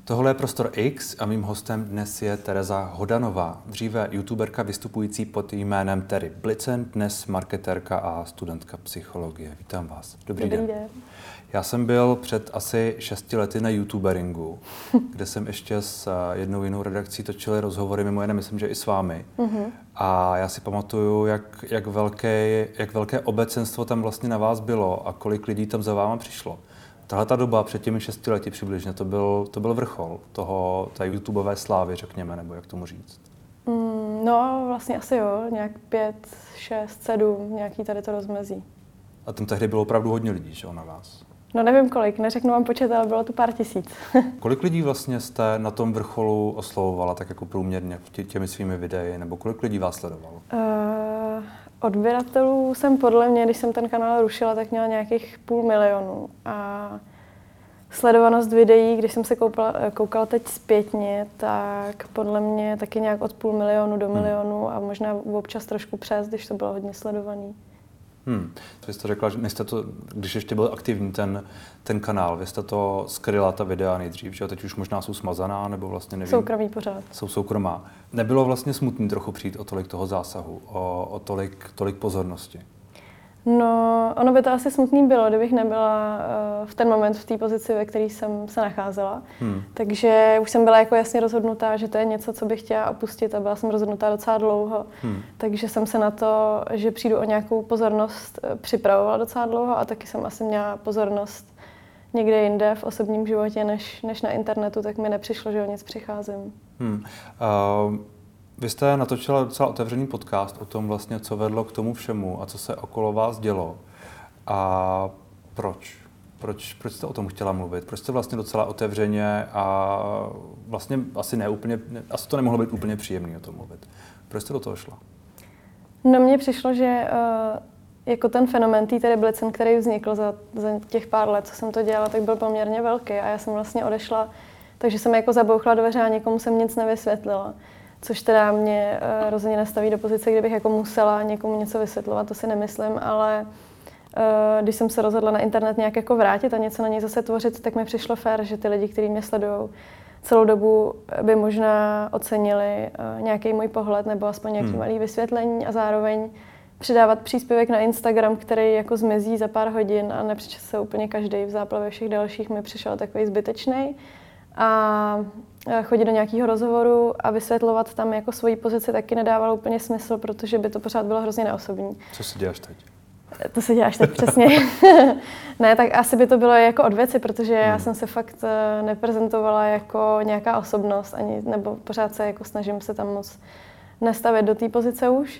Tohle je Prostor X a mým hostem dnes je Tereza Hodanová, dříve youtuberka vystupující pod jménem Terry Blitzen, dnes marketérka a studentka psychologie. Vítám vás. Dobrý den. Já jsem byl před asi 6 lety na youtuberingu, kde jsem ještě s jednou jinou redakcí točili rozhovory, mimo jiné, myslím, že i s vámi. A já si pamatuju, jak velké obecenstvo tam vlastně na vás bylo a kolik lidí tam za váma přišlo. Tahle ta doba před těmi 6 lety přibližně, to byl vrchol té YouTubeové slávy, řekněme, nebo jak tomu říct. No, vlastně asi jo, nějak 5, 6, 7, nějaký tady to rozmezí. A tam tehdy bylo opravdu hodně lidí, že na vás? No nevím kolik, neřeknu vám počet, ale bylo to pár tisíc. Kolik lidí vlastně jste na tom vrcholu oslovovala, tak jako průměrně těmi svými videi, nebo kolik lidí vás sledovalo? Odběratelů jsem podle mě, když jsem ten kanál rušila, tak měla nějakých 500 000 a sledovanost videí, když jsem se koukala teď zpětně, tak podle mě taky nějak od 500 000 do 1 000 000 a možná občas trošku přes, když to bylo hodně sledovaný. Vy jste řekla, že když ještě byl aktivní ten kanál, vy jste to skryla ta videa nejdřív, že teď už možná jsou smazaná, nebo vlastně nevím. Soukromý pořád. Jsou soukromá. Nebylo vlastně smutný trochu přijít o tolik toho zásahu, o tolik pozornosti? No, ono by to asi smutný bylo, kdybych nebyla v ten moment v té pozici, ve které jsem se nacházela. Takže už jsem byla jako jasně rozhodnutá, že to je něco, co bych chtěla opustit a byla jsem rozhodnutá docela dlouho. Takže jsem se na to, že přijdu o nějakou pozornost, připravovala docela dlouho a taky jsem asi měla pozornost někde jinde v osobním životě, než na internetu, tak mi nepřišlo, že o nic přicházím. Vy jste natočila docela otevřený podcast o tom vlastně, co vedlo k tomu všemu a co se okolo vás dělo. A proč? Proč jste o tom chtěla mluvit? Proč jste vlastně docela otevřeně a vlastně asi to nemohlo být úplně příjemný o tom mluvit. Proč jste do toho šla? No mně přišlo, že jako ten fenomén té Terry Blitzen, který vznikl za těch pár let, co jsem to dělala, tak byl poměrně velký a já jsem vlastně odešla, takže jsem jako zabouchla dveře a někomu jsem nic nevysvětlila. Což teda mě rozhodně nestaví do pozice, kdybych jako musela někomu něco vysvětlovat, to si nemyslím, ale když jsem se rozhodla na internet nějak jako vrátit a něco na něj zase tvořit, tak mi přišlo fér, že ty lidi, kteří mě sledují celou dobu, by možná ocenili nějaký můj pohled nebo aspoň nějaký malý vysvětlení a zároveň přidávat příspěvek na Instagram, který jako zmizí za pár hodin a nepřečte se úplně každý v záplavě všech dalších, mi přišel takový zbytečný. A chodit do nějakého rozhovoru a vysvětlovat tam jako svoji pozici taky nedávalo úplně smysl, protože by to pořád bylo hrozně neosobní. Co si děláš teď? To se děláš teď přesně. Ne, tak asi by to bylo jako od věci, protože já jsem se fakt neprezentovala jako nějaká osobnost, nebo pořád se jako snažím se tam moc nestavit do té pozice už.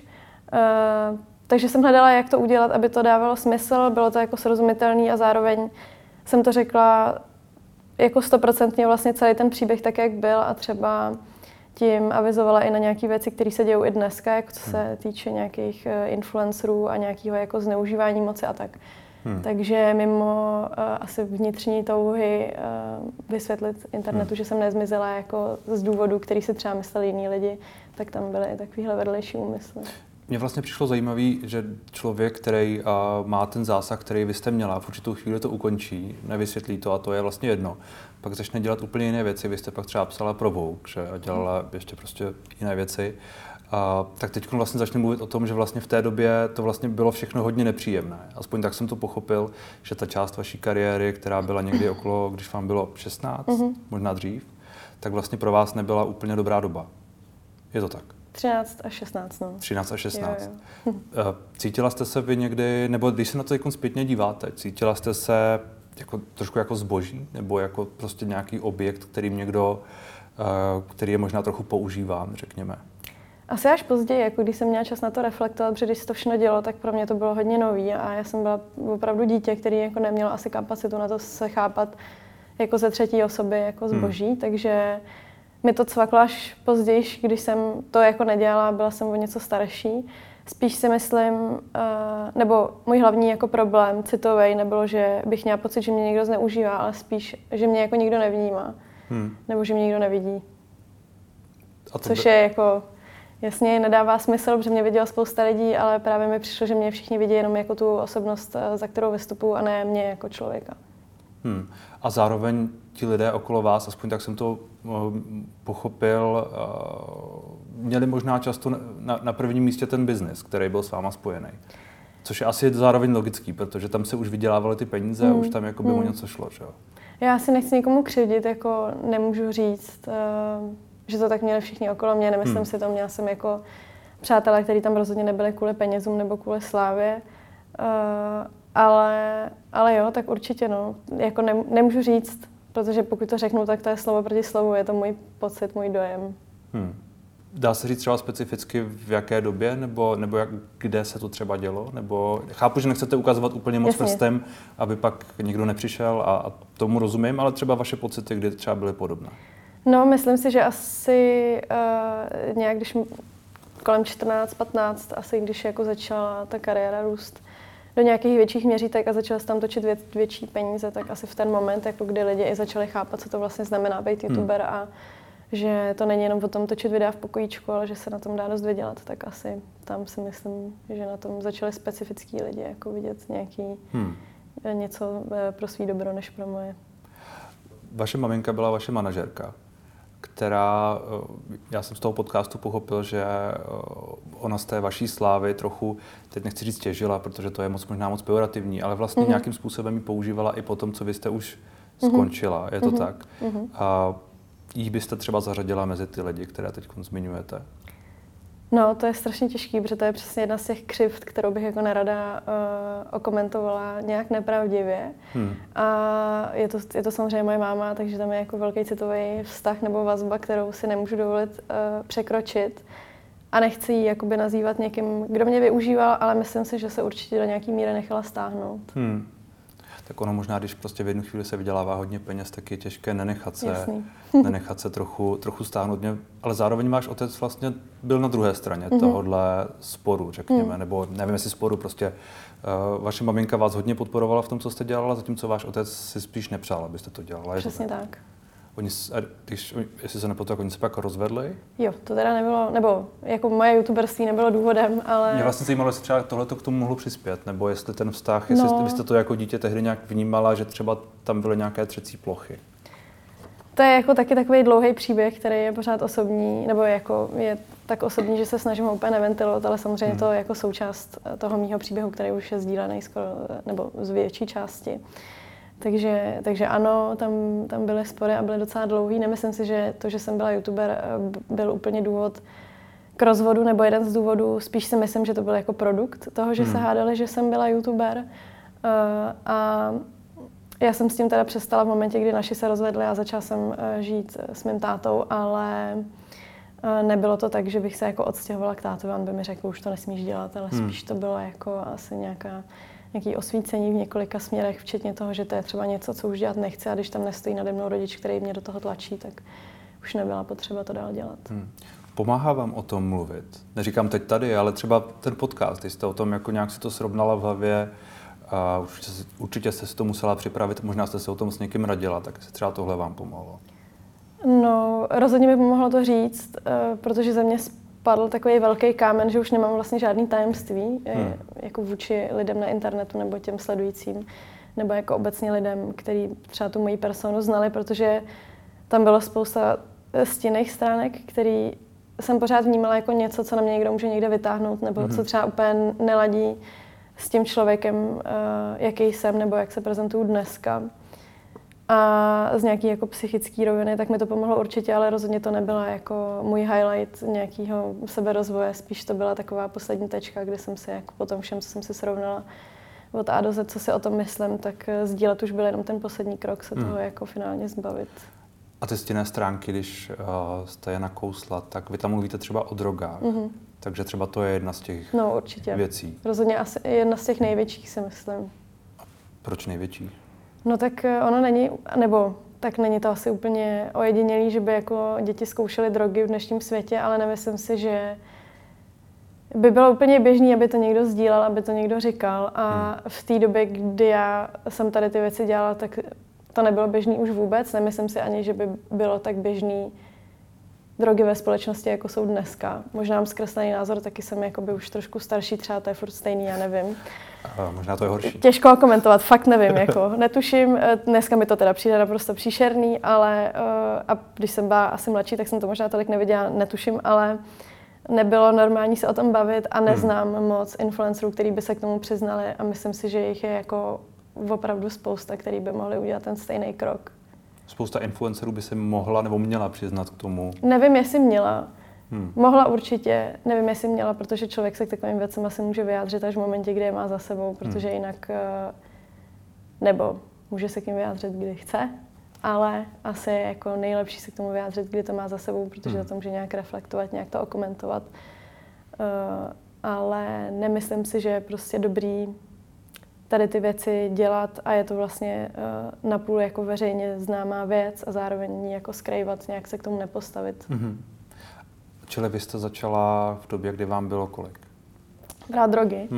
Takže jsem hledala, jak to udělat, aby to dávalo smysl, bylo to jako srozumitelný a zároveň jsem to řekla jako 100% vlastně celý ten příběh tak, jak byl a třeba tím avizovala i na nějaké věci, které se dějou i dneska, jako co se týče nějakých influencerů a nějakého jako zneužívání moci a tak. Takže mimo asi vnitřní touhy vysvětlit internetu, že jsem nezmizela jako z důvodu, který si třeba mysleli jiní lidi, tak tam byly i takovýhle vedlejší úmysly. Mně vlastně přišlo zajímavý, že člověk, který má ten zásah, který vy jste měla, v určitou chvíli to ukončí, nevysvětlí to a to je vlastně jedno. Pak začne dělat úplně jiné věci. Vy jste pak třeba psala pro Vogue, že a dělala ještě prostě jiné věci. Tak teď vlastně začne mluvit o tom, že vlastně v té době to vlastně bylo všechno hodně nepříjemné. Aspoň tak jsem to pochopil, že ta část vaší kariéry, která byla někdy okolo, když vám bylo 16, možná dřív, tak vlastně pro vás nebyla úplně dobrá doba. Je to tak? 13 až 16, no. 13 až 16. Jo. Cítila jste se vy někdy, nebo když se na to zpětně díváte, cítila jste se trošku jako zboží, nebo jako prostě nějaký objekt, který je možná trochu používán, řekněme? Asi až později, jako když jsem měla čas na to reflektovat, protože když se to všechno dělo, tak pro mě to bylo hodně nový a já jsem byla opravdu dítě, který jako nemělo asi kapacitu na to se chápat jako ze třetí osoby, jako zboží, takže mi to cvaklo až později, když jsem to jako nedělala, byla jsem o něco starší. Spíš si myslím, nebo můj hlavní jako problém citovej nebylo, že bych měla pocit, že mě někdo zneužívá, ale spíš, že mě jako nikdo nevnímá, nebo že mě nikdo nevidí. Což je jako, jasně nedává smysl, protože mě viděla spousta lidí, ale právě mi přišlo, že mě všichni vidí jenom jako tu osobnost, za kterou vystupuji a ne mě jako člověka. A zároveň ti lidé okolo vás, aspoň tak jsem to pochopil, měli možná často na prvním místě ten biznis, který byl s váma spojený. Což je asi zároveň logický, protože tam se už vydělávaly ty peníze a už tam jakoby o něco šlo, že jo? Já si nechci nikomu křivdit, jako nemůžu říct, že to tak měli všichni okolo mě, nemyslím si to, měla jsem jako přátelé, kteří tam rozhodně nebyli kvůli penězům nebo kvůli slávě, ale jo, tak určitě no, jako nemůžu říct, protože pokud to řeknu, tak to je slovo proti slovu, je to můj pocit, můj dojem. Dá se říct třeba specificky v jaké době, nebo kde se to třeba dělo? Nebo chápu, že nechcete ukazovat úplně moc prstem, aby pak nikdo nepřišel a tomu rozumím, ale třeba vaše pocity, kdy třeba byly podobné. No, myslím si, že asi nějak, když kolem 14-15, asi když jako začala ta kariéra růst do nějakých větších měřítek a začala se tam točit větší peníze, tak asi v ten moment, jako kdy lidi i začali chápat, co to vlastně znamená být youtuber a že to není jenom o tom točit videa v pokojíčku, ale že se na tom dá dost vydělat, tak asi tam si myslím, že na tom začali specifický lidi jako vidět nějaký něco pro svý dobro než pro moje. Vaše maminka byla vaše manažerka, která, já jsem z toho podcastu pochopil, že ona z té vaší slávy trochu, teď nechci říct těžila, protože to je možná moc pejorativní, ale vlastně nějakým způsobem ji používala i po tom, co vy jste už skončila. Je to tak? A jí byste třeba zařadila mezi ty lidi, které teď zmiňujete? No, to je strašně těžký, protože to je přesně jedna z těch křivd, kterou bych jako nerada okomentovala nějak nepravdivě. A je to samozřejmě moje máma, takže tam je jako velký citový vztah nebo vazba, kterou si nemůžu dovolit překročit. A nechci ji jakoby nazývat někým, kdo mě využíval, ale myslím si, že se určitě do nějaký míry nechala stáhnout. Tak ono možná, když prostě v jednu chvíli se vydělává hodně peněz, tak je těžké nenechat se trochu stáhnout. Ale zároveň váš otec vlastně byl na druhé straně tohohle sporu, řekněme, nebo nevím, jestli sporu, prostě vaše maminka vás hodně podporovala v tom, co jste dělala, zatímco váš otec si spíš nepřál, abyste to dělala. Přesně tak. Jestli se nepletu, tak oni se pak rozvedli? Jo, to teda nebylo, nebo jako moje youtuberství nebylo důvodem, ale... Mě vlastně zajímalo, jestli třeba tohleto k tomu mohlo přispět, nebo jestli ten vztah, jestli byste to jako dítě tehdy nějak vnímala, že třeba tam byly nějaké třecí plochy. To je jako taky takový dlouhý příběh, který je pořád osobní, nebo jako je tak osobní, že se snažím ho úplně neventilovat, ale samozřejmě to je jako součást toho mýho příběhu, který už je sdílený skoro, nebo z větší části. Takže ano, tam byly spory a byly docela dlouhý. Nemyslím si, že to, že jsem byla youtuber, byl úplně důvod k rozvodu, nebo jeden z důvodů. Spíš si myslím, že to byl jako produkt toho, že se hádali, že jsem byla youtuber. A já jsem s tím teda přestala v momentě, kdy naši se rozvedli a začala jsem žít s mým tátou, ale nebylo to tak, že bych se jako odstěhovala k tátovi, on by mi řekl, už to nesmíš dělat, ale spíš to bylo jako asi nějaký osvícení v několika směrech, včetně toho, že to je třeba něco, co už dělat nechci a když tam nestojí nade mnou rodič, který mě do toho tlačí, tak už nebyla potřeba to dál dělat. Pomáhá vám o tom mluvit? Neříkám teď tady, ale třeba ten podcast, když jste o tom jako nějak si to srovnala v hlavě, a určitě jste si to musela připravit, možná jste se o tom s někým radila, tak se třeba tohle vám pomohlo? No, rozhodně mi pomohlo to říct, protože ze mě spadl takový velký kámen, že už nemám vlastně žádný tajemství, jako vůči lidem na internetu nebo těm sledujícím, nebo jako obecně lidem, kteří třeba tu moji personu znali, protože tam bylo spousta stinných stránek, který jsem pořád vnímala jako něco, co na mě někdo může někde vytáhnout, nebo co třeba úplně neladí s tím člověkem, jaký jsem, nebo jak se prezentuju dneska. A z nějaký jako psychický roviny, tak mi to pomohlo určitě, ale rozhodně to nebyla jako můj highlight nějakého seberozvoje. Spíš to byla taková poslední tečka, kde jsem si jako po tom všem, co jsem si srovnala od A do Z, co si o tom myslím, tak sdílet už byl jenom ten poslední krok se toho jako finálně zbavit. A ty stinné stránky, když jste je nakousla, tak vy tam mluvíte třeba o drogách. Takže třeba to je jedna z těch věcí. Rozhodně asi jedna z těch největších, si myslím. A proč největší? No tak ono není, nebo tak není to asi úplně ojedinělý, že by jako děti zkoušely drogy v dnešním světě, ale nemyslím si, že by bylo úplně běžný, aby to někdo sdílel, aby to někdo říkal. A v té době, kdy já jsem tady ty věci dělala, tak to nebylo běžný už vůbec. Nemyslím si ani, že by bylo tak běžný drogy ve společnosti, jako jsou dneska. Možná mám zkreslený názor, taky jsem jakoby už trošku starší, třeba to je furt stejný, já nevím. Možná to je horší. Těžko komentovat, fakt nevím, jako netuším. Dneska mi to teda přijde naprosto příšerný, ale a když jsem byla asi mladší, tak jsem to možná tolik neviděla, netuším, ale nebylo normální se o tom bavit a neznám moc influencerů, který by se k tomu přiznali a myslím si, že jich je jako opravdu spousta, který by mohli udělat ten stejný krok. Spousta influencerů by se mohla nebo měla přiznat k tomu? Nevím, jestli měla. Mohla určitě, nevím, jestli měla, protože člověk se k takovým věcem asi může vyjádřit až v momentě, kdy je má za sebou, protože jinak, nebo může se k ním vyjádřit, kdy chce, ale asi je jako nejlepší se k tomu vyjádřit, kdy to má za sebou, protože to může nějak reflektovat, nějak to okomentovat. Ale nemyslím si, že je prostě dobrý tady ty věci dělat a je to vlastně napůl jako veřejně známá věc a zároveň jako skrývat, nějak se k tomu nepostavit. Čili vy jste začala v době, kdy vám bylo kolik? Brát drogy?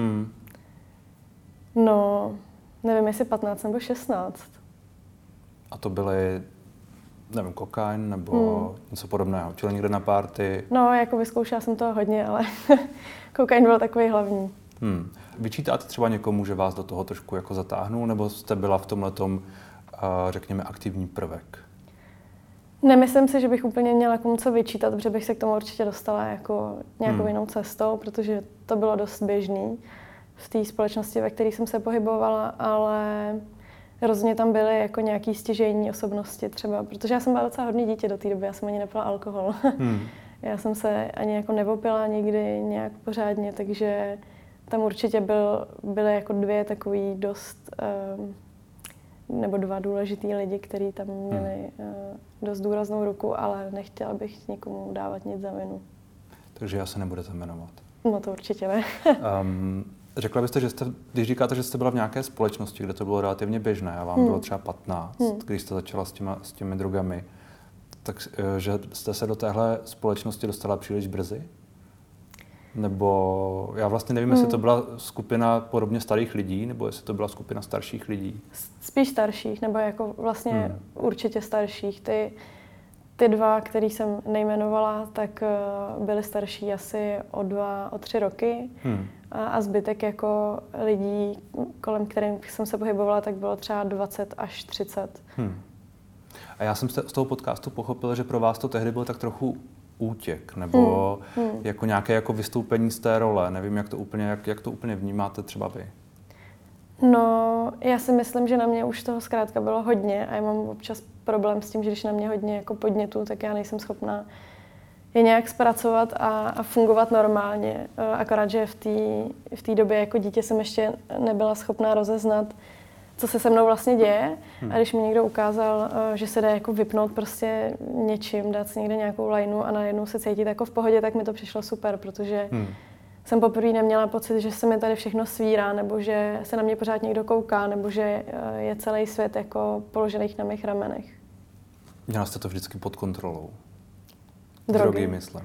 No, nevím, jestli 15 nebo 16. A to byly, nevím, kokain nebo něco podobného? Čili někde na party? No, jako vyzkoušela jsem toho hodně, ale kokain byl takový hlavní. Vyčítáte třeba někomu, že vás do toho trošku jako zatáhnul, nebo jste byla v tomhletom, řekněme, aktivní prvek? Nemyslím si, že bych úplně měla komu co vyčítat, protože bych se k tomu určitě dostala jako nějakou jinou cestou, protože to bylo dost běžný v té společnosti, ve které jsem se pohybovala, ale rozhodně tam byly jako nějaký stěžejní osobnosti třeba, protože já jsem byla docela hodný dítě do té doby, já jsem ani nepila alkohol. Já jsem se ani jako nevopila nikdy nějak pořádně, takže tam určitě byly jako dvě takový dost, nebo dva důležitý lidi, kteří tam měli dost důraznou ruku, ale nechtěla bych nikomu dávat nic za vinu. Takže já se nebudete jmenovat? No to určitě ne. Řekla byste, že když říkáte, že jste byla v nějaké společnosti, kde to bylo relativně běžné, a vám bylo třeba 15, když jste začala s těmi drogami, tak že jste se do téhle společnosti dostala příliš brzy? Nebo já vlastně nevím, jestli to byla skupina podobně starých lidí, nebo jestli to byla skupina starších lidí. Spíš starších, nebo jako vlastně určitě starších. Ty dva, který jsem nejmenovala, tak byli starší asi o 3 roky. A zbytek jako lidí, kolem kterých jsem se pohybovala, tak bylo třeba 20 až 30. A já jsem z toho podcastu pochopil, že pro vás to tehdy bylo tak trochu útěk, nebo jako nějaké jako vystoupení z té role. Nevím, jak to úplně vnímáte třeba vy. No, já si myslím, že na mě už toho zkrátka bylo hodně a já mám občas problém s tím, že když na mě hodně jako podnětů, tak já nejsem schopná je nějak zpracovat a fungovat normálně. Akorát, že v té době jako dítě jsem ještě nebyla schopná rozeznat, co se se mnou vlastně děje. A když mi někdo ukázal, že se dá jako vypnout prostě něčím, dát si někde nějakou lajnu a najednou se cítit jako v pohodě, tak mi to přišlo super, protože jsem poprvé neměla pocit, že se mi tady všechno svírá, nebo že se na mě pořád někdo kouká, nebo že je celý svět jako položených na mých ramenech. Měla jste to vždycky pod kontrolou? Drogy, myslím.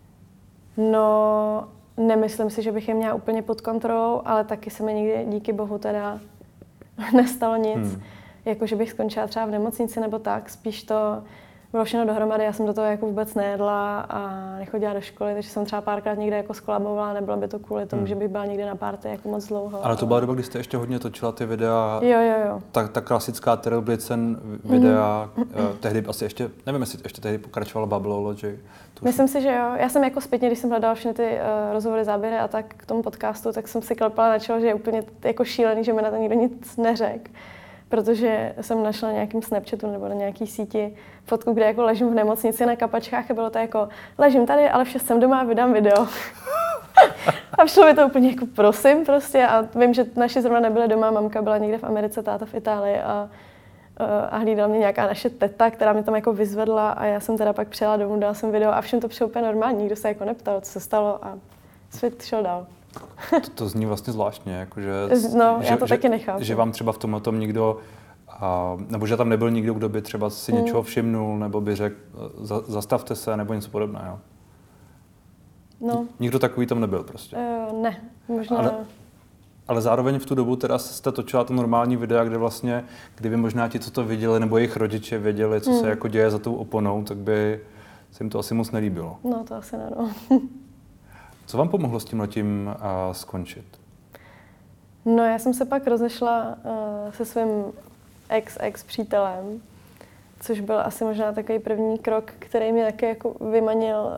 No, nemyslím si, že bych je měla úplně pod kontrolou, ale taky se mi nikdy, díky bohu, teda nestalo nic. Jako, že bych skončila třeba v nemocnici nebo tak, spíš to bylo všechno dohromady, já jsem do toho jako vůbec nejedla a nechodila do školy, takže jsem třeba párkrát někde jako skolabovala, nebylo by to kvůli tomu, že bych byla někde na party jako moc dlouho. Ale to byla doba, kdy jste ještě hodně točila ty videa, jo. Ta klasická Terrell Blitzen videa, tehdy asi ještě, nevím, jestli ještě tehdy pokračovala Bubbleology. Myslím si, že jo. Já jsem jako zpětně, když jsem hledala všechny ty rozhovory, záběry a tak k tomu podcastu, tak jsem si klepala na čelo, že je úplně jako šílený, že mi na to nikdo nic neřekl. Protože jsem našla na nějakým Snapchatu nebo na nějaký síti fotku, kde jako ležím v nemocnici na kapačkách a bylo to jako ležím tady, ale vše jsem doma a vydám video. A šlo mi to úplně jako prosím prostě a vím, že naši zrovna nebyli doma, mamka byla někde v Americe, táta v Itálii a hlídala mě nějaká naše teta, která mě tam jako vyzvedla a já jsem teda pak přijela domů, dala jsem video a všem to přišlo úplně normální, nikdo se jako neptal, co se stalo a svět šel dál. To zní vlastně zvláštně, jakože, no, já to taky nechápu. Že vám třeba v tomhletom nikdo, nebo že tam nebyl nikdo, kdo by třeba si něčeho všimnul, nebo by řekl, zastavte se, nebo něco podobného. No. Nikdo takový tam nebyl prostě. Ne, možná. Ale zároveň v tu dobu teda jste točila to normální videa, kde vlastně, kdyby možná ti, co to viděli, nebo jejich rodiče věděli, co se jako děje za tou oponou, tak by se jim to asi moc nelíbilo. No, to asi ne, no. Co vám pomohlo s tímhletím skončit? No, já jsem se pak rozešla se svým ex přítelem, což byl asi možná takový první krok, který mě taky jako vymanil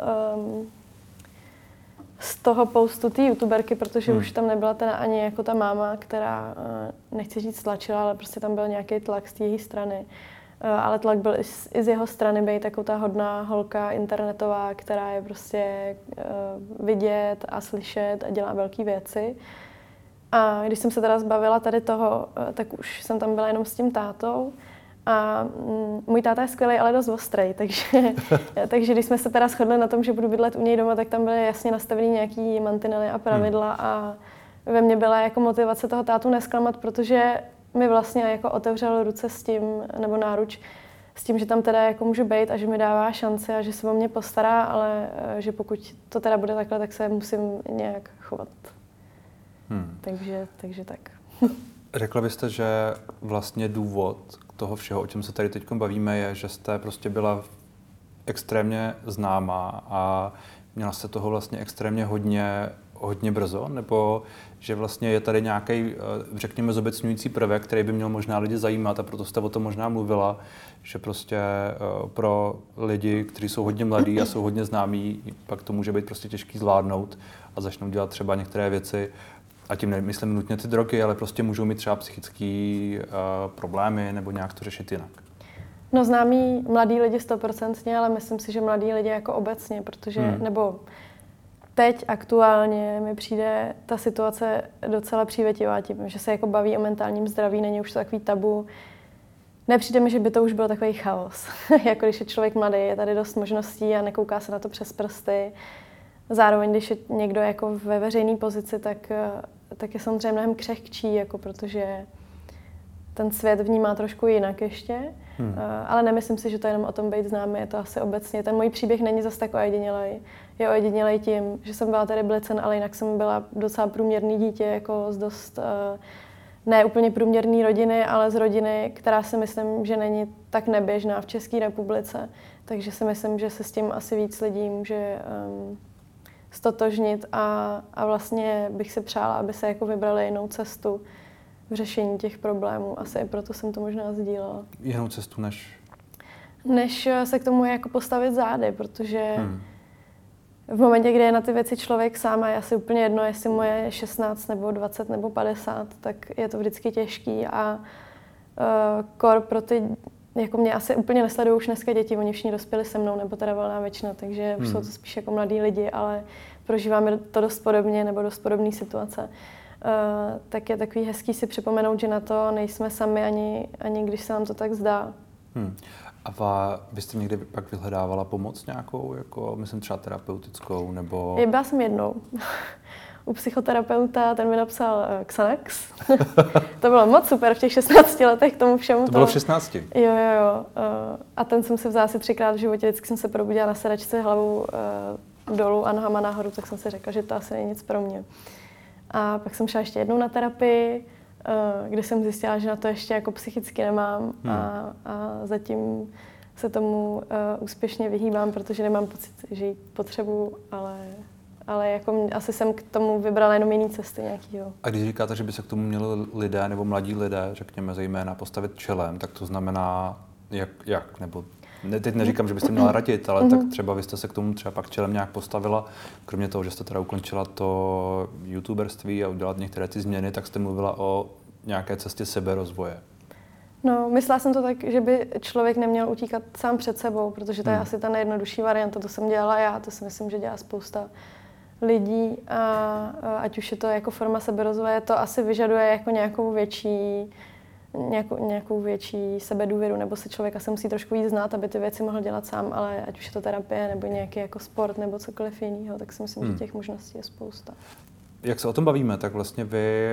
z toho postu té youtuberky, protože už tam nebyla teda ani jako ta máma, která, nechci říct tlačila, ale prostě tam byl nějaký tlak z té její strany. Ale tlak byl i z jeho strany, být taková ta hodná holka internetová, která je prostě vidět a slyšet a dělá velké věci. A když jsem se teda zbavila tady toho, tak už jsem tam byla jenom s tím tátou. A můj táta je skvělý, ale dost ostrý, takže když jsme se teda shodli na tom, že budu bydlet u něj doma, tak tam byly jasně nastavený nějaký mantinely a pravidla a ve mně byla jako motivace toho tátu nesklamat, protože mi vlastně jako otevřel ruce s tím, nebo náruč s tím, že tam teda jako můžu být a že mi dává šanci a že se o mě postará, ale že pokud to teda bude takhle, tak se musím nějak chovat. Takže tak. Řekla byste, že vlastně důvod toho všeho, o čem se tady teď bavíme, je, že jste prostě byla extrémně známá a měla jste toho vlastně extrémně hodně brzo, nebo že vlastně je tady nějaký, řekněme, zobecňující prvek, který by měl možná lidi zajímat a proto jste o tom možná mluvila, že prostě pro lidi, kteří jsou hodně mladí a jsou hodně známí, pak to může být prostě těžký zvládnout a začnou dělat třeba některé věci, a tím nemyslím nutně ty drogy, ale prostě můžou mít třeba psychické problémy nebo nějak to řešit jinak. No známí mladí lidi 100%, ale myslím si, že mladí lidi jako obecně, protože, nebo teď aktuálně mi přijde ta situace docela přívětivá tím, že se jako baví o mentálním zdraví, není už to takový tabu. Nepřijde mi, že by to už byl takový chaos. Jako když je člověk mladý, je tady dost možností a nekouká se na to přes prsty. Zároveň, když je někdo jako ve veřejné pozici, tak je samozřejmě mnohem křehčí, jako protože ten svět vnímá trošku jinak ještě. Ale nemyslím si, že to je jenom o tom být známý, je to asi obecně. Ten můj příběh není zase tak ojedinělej. Je ojedinělej tím, že jsem byla tady Blitzen, ale jinak jsem byla docela průměrný dítě, jako z dost ne úplně průměrné rodiny, ale z rodiny, která si myslím, že není tak neběžná v České republice. Takže si myslím, že se s tím asi víc lidí může stotožnit a vlastně bych si přála, aby se jako vybrali jinou cestu v řešení těch problémů. Asi i proto jsem to možná sdílela. Jinou cestu než se k tomu jako postavit zády, protože v momentě, kdy je na ty věci člověk sám a je asi úplně jedno, jestli mu je 16 nebo 20 nebo 50, tak je to vždycky těžký a kor pro ty, jako mě asi úplně nesledují už dneska děti, oni všichni dospěli se mnou, nebo teda valná většina, takže už jsou to spíš jako mladí lidi, ale prožíváme to dost podobně nebo dost podobné situace. Tak je takový hezký si připomenout, že na to nejsme sami, ani když se nám to tak zdá. A byste někdy pak vyhledávala pomoc nějakou, jako myslím třeba terapeutickou, nebo... Byla jsem jednou u psychoterapeuta, ten mi napsal Xanax. To bylo moc super v těch 16 letech k tomu všemu. To bylo v 16? Jo. A ten jsem si vzala asi 3krát v životě, vždycky jsem se probudila na sedačce hlavou dolů a nohama nahoru, tak jsem si řekla, že to asi není nic pro mě. A pak jsem šla ještě jednou na terapii, kde jsem zjistila, že na to ještě jako psychicky nemám a zatím se tomu úspěšně vyhýbám, protože nemám pocit, že ji potřebuju, ale jako asi jsem k tomu vybrala jenom jiný cesty nějakýho. A když říkáte, že by se k tomu měli lidé nebo mladí lidé, řekněme zejména, postavit čelem, tak to znamená jak? Nebo teď neříkám, že byste měla radit, ale tak třeba vy jste se k tomu třeba pak čelem nějak postavila. Kromě toho, že jste teda ukončila to youtuberství a udělat některé ty změny, tak jste mluvila o nějaké cestě seberozvoje. No, myslela jsem to tak, že by člověk neměl utíkat sám před sebou, protože to je asi ta nejjednodušší varianta, to jsem dělala já, to si myslím, že dělá spousta lidí a ať už je to jako forma seberozvoje, to asi vyžaduje jako nějakou větší sebedůvěru, nebo se člověk asi musí trošku víc znát, aby ty věci mohl dělat sám, ale ať už je to terapie, nebo nějaký jako sport, nebo cokoliv jiného, tak si myslím, že těch možností je spousta. Jak se o tom bavíme, tak vlastně vy,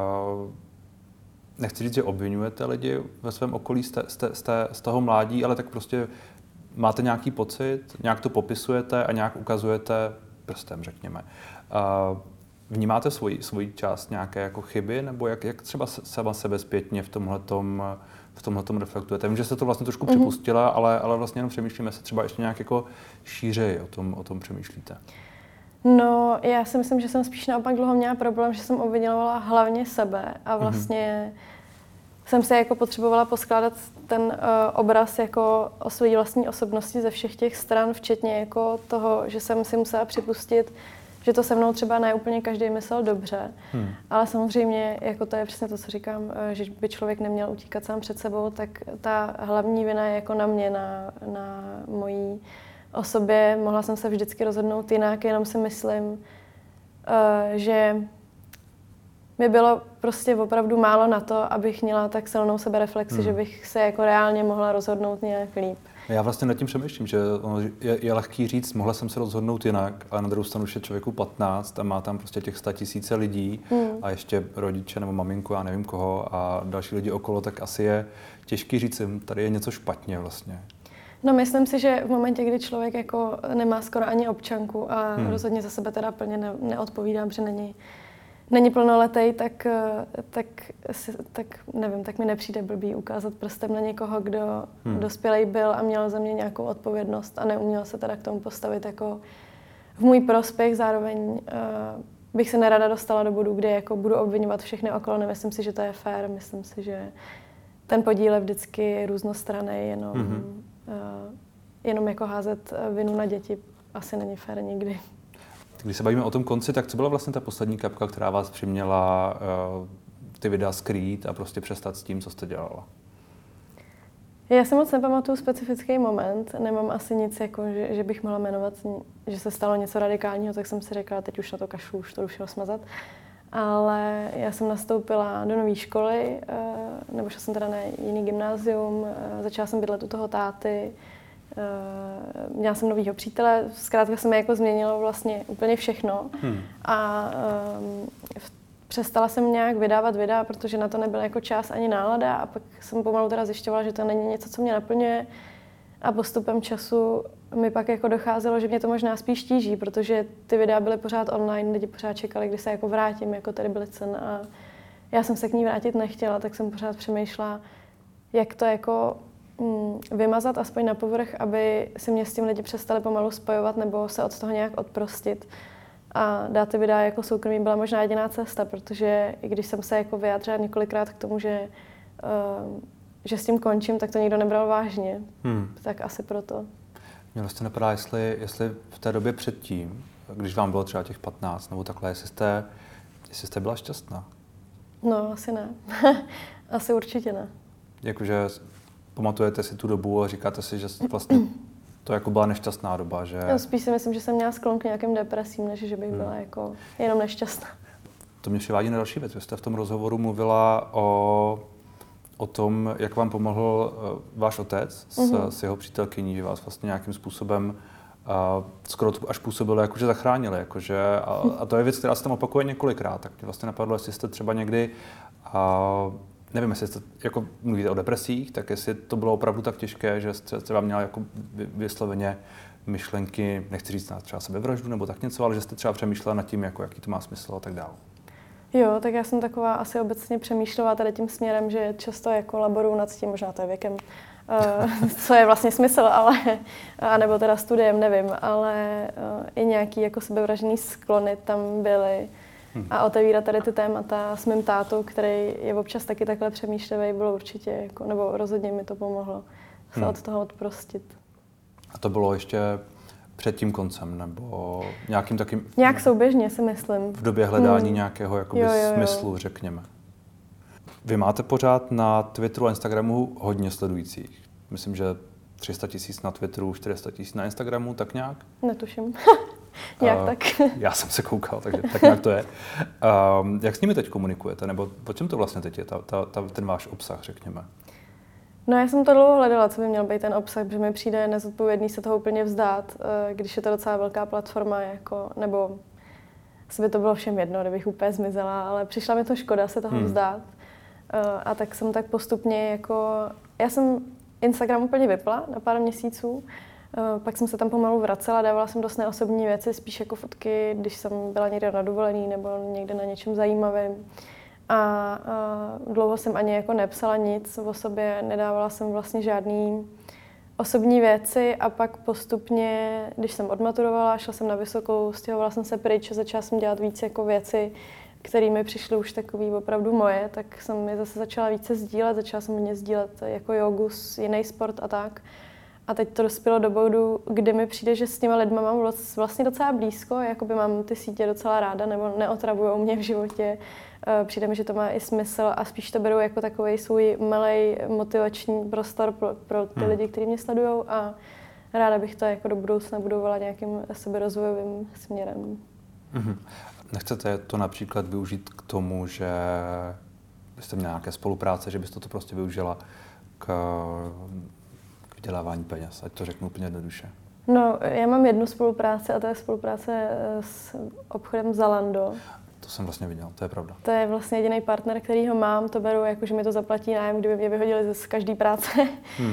nechci říct, že obvinujete lidi ve svém okolí z toho mládí, ale tak prostě máte nějaký pocit, nějak to popisujete a nějak ukazujete prstem, řekněme. Vnímáte svoji část nějaké jako chyby, nebo jak třeba sama sebe zpětně v tomhletom reflektujete? Vím, že jste to vlastně trošku připustila, ale vlastně jenom přemýšlíme se třeba ještě nějak jako šířeji o tom přemýšlíte. No, já si myslím, že jsem spíš naopak dlouho měla problém, že jsem obvinovala hlavně sebe a vlastně jsem se jako potřebovala poskládat ten obraz jako o své vlastní osobnosti ze všech těch stran, včetně jako toho, že jsem si musela připustit, že to se mnou třeba ne úplně každý myslel dobře, ale samozřejmě jako to je přesně to, co říkám, že by člověk neměl utíkat sám před sebou, tak ta hlavní vina je jako na mě, na mojí osobě. Mohla jsem se vždycky rozhodnout jinak, jenom si myslím, že mi bylo prostě opravdu málo na to, abych měla tak silnou sebereflexi, že bych se jako reálně mohla rozhodnout nějak líp. Já vlastně nad tím přemýšlím, že je lehký říct, mohla jsem se rozhodnout jinak, ale na druhou stranu už je člověku 15 a má tam prostě těch 100 000 lidí a ještě rodiče nebo maminku, já nevím koho a další lidi okolo, tak asi je těžký říct, tady je něco špatně vlastně. No, myslím si, že v momentě, kdy člověk jako nemá skoro ani občanku a rozhodně za sebe teda plně neodpovídá, protože není plnoletý, tak nevím, tak mi nepřijde blbý ukázat prstem na někoho, kdo dospělej byl a měl za mě nějakou odpovědnost a neuměl se teda k tomu postavit jako v můj prospěch. Zároveň bych se nerada dostala do bodu, kde jako budu obvinovat všechny okolo. Nemyslím si, že to je fér. Myslím si, že ten podíl je vždycky různostranný, jenom jako házet vinu na děti asi není fér nikdy. Když se bavíme o tom konci, tak co byla vlastně ta poslední kapka, která vás přiměla ty videa skrýt a prostě přestat s tím, co jste dělala? Já si moc nepamatuju specifický moment, nemám asi nic, jako, že bych mohla jmenovat, že se stalo něco radikálního, tak jsem si řekla, teď už na to kašlu, už to rušilo smazat. Ale já jsem nastoupila do nové školy, nebo šla jsem teda na jiný gymnázium, začala jsem bydlet u toho táty, měla jsem novýho přítele, zkrátka se mi jako změnilo vlastně úplně všechno a přestala jsem nějak vydávat videa, protože na to nebyl jako čas ani nálada a pak jsem pomalu teda zjišťovala, že to není něco, co mě naplňuje a postupem času mi pak jako docházelo, že mě to možná spíš tíží, protože ty videa byly pořád online, lidi pořád čekali, kdy se jako vrátím, jako tady Blitzen a já jsem se k ní vrátit nechtěla, tak jsem pořád přemýšlela, jak to jako vymazat aspoň na povrch, aby si mě s tím lidi přestali pomalu spojovat nebo se od toho nějak odprostit. A dát ty videa jako soukromí byla možná jediná cesta, protože i když jsem se jako vyjádřila několikrát k tomu, že s tím končím, tak to nikdo nebral vážně. Tak asi proto. Mě vlastně napadá, jestli v té době předtím, když vám bylo třeba těch 15 nebo takhle, jestli jste byla šťastná? No, asi ne. Asi určitě ne. Jakože pamatujete si tu dobu a říkáte si, že vlastně to jako byla nešťastná doba, že... Já spíš si myslím, že jsem měla sklon k nějakým depresím, než že bych byla jako jenom nešťastná. To mě přivádí na další věc. Vy jste v tom rozhovoru mluvila o tom, jak vám pomohl váš otec s jeho přítelkyní, že vás vlastně nějakým způsobem skoro až působilo, jakože zachránili. Jakože, a to je věc, která se tam opakuje několikrát. Tak mě vlastně napadlo, jestli jste třeba někdy... Nevím, jestli jste, jako mluvíte o depresích, tak jestli to bylo opravdu tak těžké, že jste třeba měla jako vysloveně myšlenky, nechci říct na třeba sebevraždu nebo tak něco, ale že jste třeba přemýšlela nad tím, jako, jaký to má smysl a tak dále. Jo, tak já jsem taková asi obecně přemýšlela tady tím směrem, že často jako laboruju nad tím, možná to je věkem, co je vlastně smysl, ale, anebo teda studiem, nevím, ale i nějaký jako sebevražedný sklony tam byly. A otevírat tady ty témata s mým tátou, který je občas taky takhle přemýšlivý, bylo určitě, jako, nebo rozhodně mi to pomohlo se od toho odprostit. A to bylo ještě před tím koncem, nebo nějakým takým... Nějak souběžně, si myslím. V době hledání nějakého jakoby smyslu, řekněme. Vy máte pořád na Twitteru a Instagramu hodně sledujících. Myslím, že 300 000 na Twitteru, 400 000 na Instagramu, tak nějak? Netuším. Nějak tak. Já jsem se koukal, takže tak nějak to je. Jak s nimi teď komunikujete? Nebo o čem to vlastně teď je, ten váš obsah, řekněme? No, já jsem to dlouho hledala, co by měl být ten obsah, protože mi přijde nezodpovědný se toho úplně vzdát, když je to docela velká platforma, jako, nebo asi by to bylo všem jedno, kdybych úplně zmizela, ale přišla mi to škoda se toho vzdát. A tak jsem tak postupně jako... Já jsem Instagram úplně vypla na pár měsíců, pak jsem se tam pomalu vracela, dávala jsem dost neosobní věci, spíš jako fotky, když jsem byla někde na dovolený nebo někde na něčem zajímavém. A dlouho jsem ani jako nepsala nic o sobě, nedávala jsem vlastně žádný osobní věci a pak postupně, když jsem odmaturovala, šla jsem na vysokou, stěhovala jsem se pryč, začala jsem dělat víc jako věci, které mi přišly už takový opravdu moje, tak jsem je zase začala více sdílet, začala jsem hodně sdílet jako jogu, jiný sport a tak. A teď to dospělo do bodu, kdy mi přijde, že s těma lidma mám vlastně docela blízko, jakoby mám ty sítě docela ráda, nebo neotravujou mě v životě. Přijde mi, že to má i smysl a spíš to beru jako takový svůj malej motivační prostor pro ty lidi, kteří mě sledují a ráda bych to jako do budoucna budovala nějakým seberozvojovým směrem. Mm-hmm. Nechcete to například využít k tomu, že byste měla nějaké spolupráce, že byste to prostě využila k vydělávání peněz, ať to řeknu úplně jednoduše? No, já mám jednu spolupráci a to je spolupráce s obchodem Zalando. To jsem vlastně viděl, to je pravda. To je vlastně jediný partner, kterýho mám, to beru jako, že mi to zaplatí nájem, kdyby mě vyhodili z každé práce.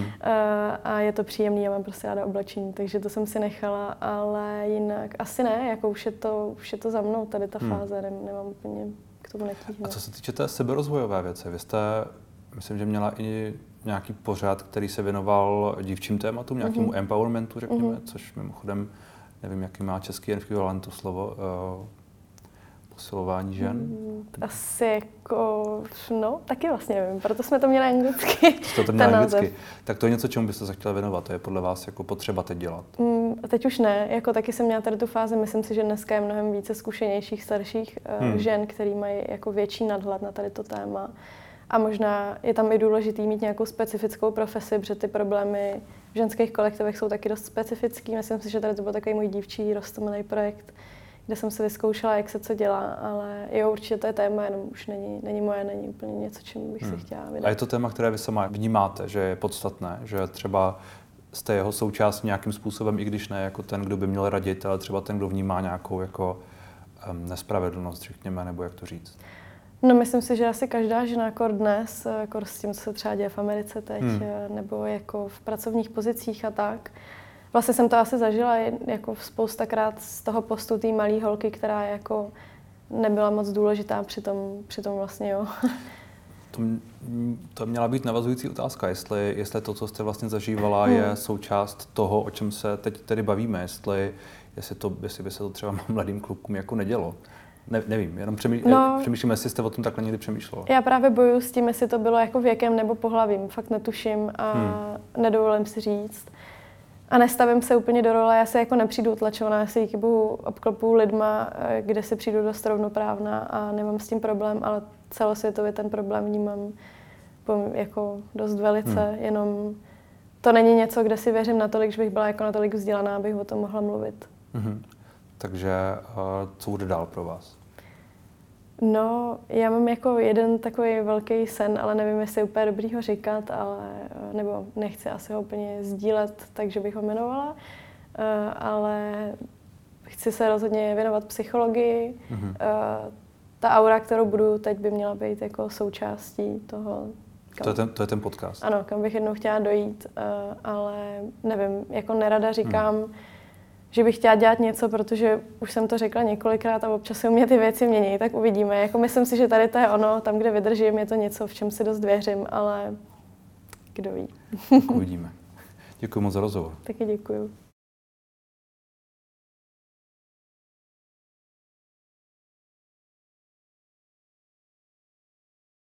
A je to příjemný, já mám prostě ráda oblečení, takže to jsem si nechala, ale jinak asi ne, jako už je to za mnou tady ta fáze, nemám úplně k tomu netížit. A co se týče té seberozvojové věci, vy jste, myslím, že měla i nějaký pořad, který se věnoval dívčím tématům, nějakému empowermentu, řekněme, což mimochodem, nevím, jaký má český ekvivalent to slovo, posilování žen? Asi jako, no, taky vlastně nevím, proto jsme to měli anglicky. To měli anglicky. Tak to je něco, čemu byste se chtěla věnovat, to je podle vás jako potřeba teď dělat? Teď už ne, jako taky jsem měla tady tu fázi, myslím si, že dneska je mnohem více zkušenějších, starších žen, který mají jako větší nadhled na tady to téma. A možná je tam i důležitý mít nějakou specifickou profesi, protože ty problémy v ženských kolektivech jsou taky dost specifický. Myslím si, že tady to byl takový můj dívčí roztomilý projekt, kde jsem si vyzkoušela, jak se co dělá, ale jo, určitě to je téma, jenom už není moje, není úplně něco, čím bych se chtěla vydat. A je to téma, které vy sama vnímáte, že je podstatné, že třeba jste jeho součástí nějakým způsobem, i když ne jako ten, kdo by měl radit, ale třeba ten, kdo vnímá nějakou jako nespravedlnost, řekněme, nebo jak to říct? No, myslím si, že asi každá žena jako dnes, jako s tím, co se třeba děje v Americe teď, nebo jako v pracovních pozicích a tak. Vlastně jsem to asi zažila jako spoustakrát z toho postu té malé holky, která jako nebyla moc důležitá, přitom vlastně jo. To měla být navazující otázka, jestli to, co jste vlastně zažívala, je součást toho, o čem se teď tedy bavíme, jestli by se to třeba mladým klukům jako nedělo. Nevím, jenom přemýšlím, jestli jste o tom takhle někdy přemýšlela. Já právě bojuju s tím, jestli to bylo jako věkem nebo pohlavím. Fakt netuším a nedovolím si říct. A nestavím se úplně do role, já se jako nepřijdu utlačovaná, já se díky bohu obklopuju lidma, kde si přijdu dost rovnoprávná a nemám s tím problém, ale celosvětově ten problém vnímám jako dost velice, jenom to není něco, kde si věřím natolik, že bych byla jako natolik vzdělaná, abych o tom mohla mluvit. Takže co bude dál pro vás? No, já mám jako jeden takový velký sen, ale nevím, jestli je úplně dobrý ho říkat, nebo nechci asi ho úplně sdílet, takže bych ho jmenovala, ale chci se rozhodně věnovat psychologii. Ta aura, kterou budu teď, by měla být jako součástí toho. To je ten podcast? Ano, kam bych jednou chtěla dojít, ale nevím, jako nerada říkám, že bych chtěla dělat něco, protože už jsem to řekla několikrát a občas se u mě ty věci mění, tak uvidíme. Jako myslím si, že tady to je ono, tam, kde vydržím, je to něco, v čem si dost věřím, ale kdo ví. Uvidíme. Děkuji moc za rozhovor. Taky děkuju.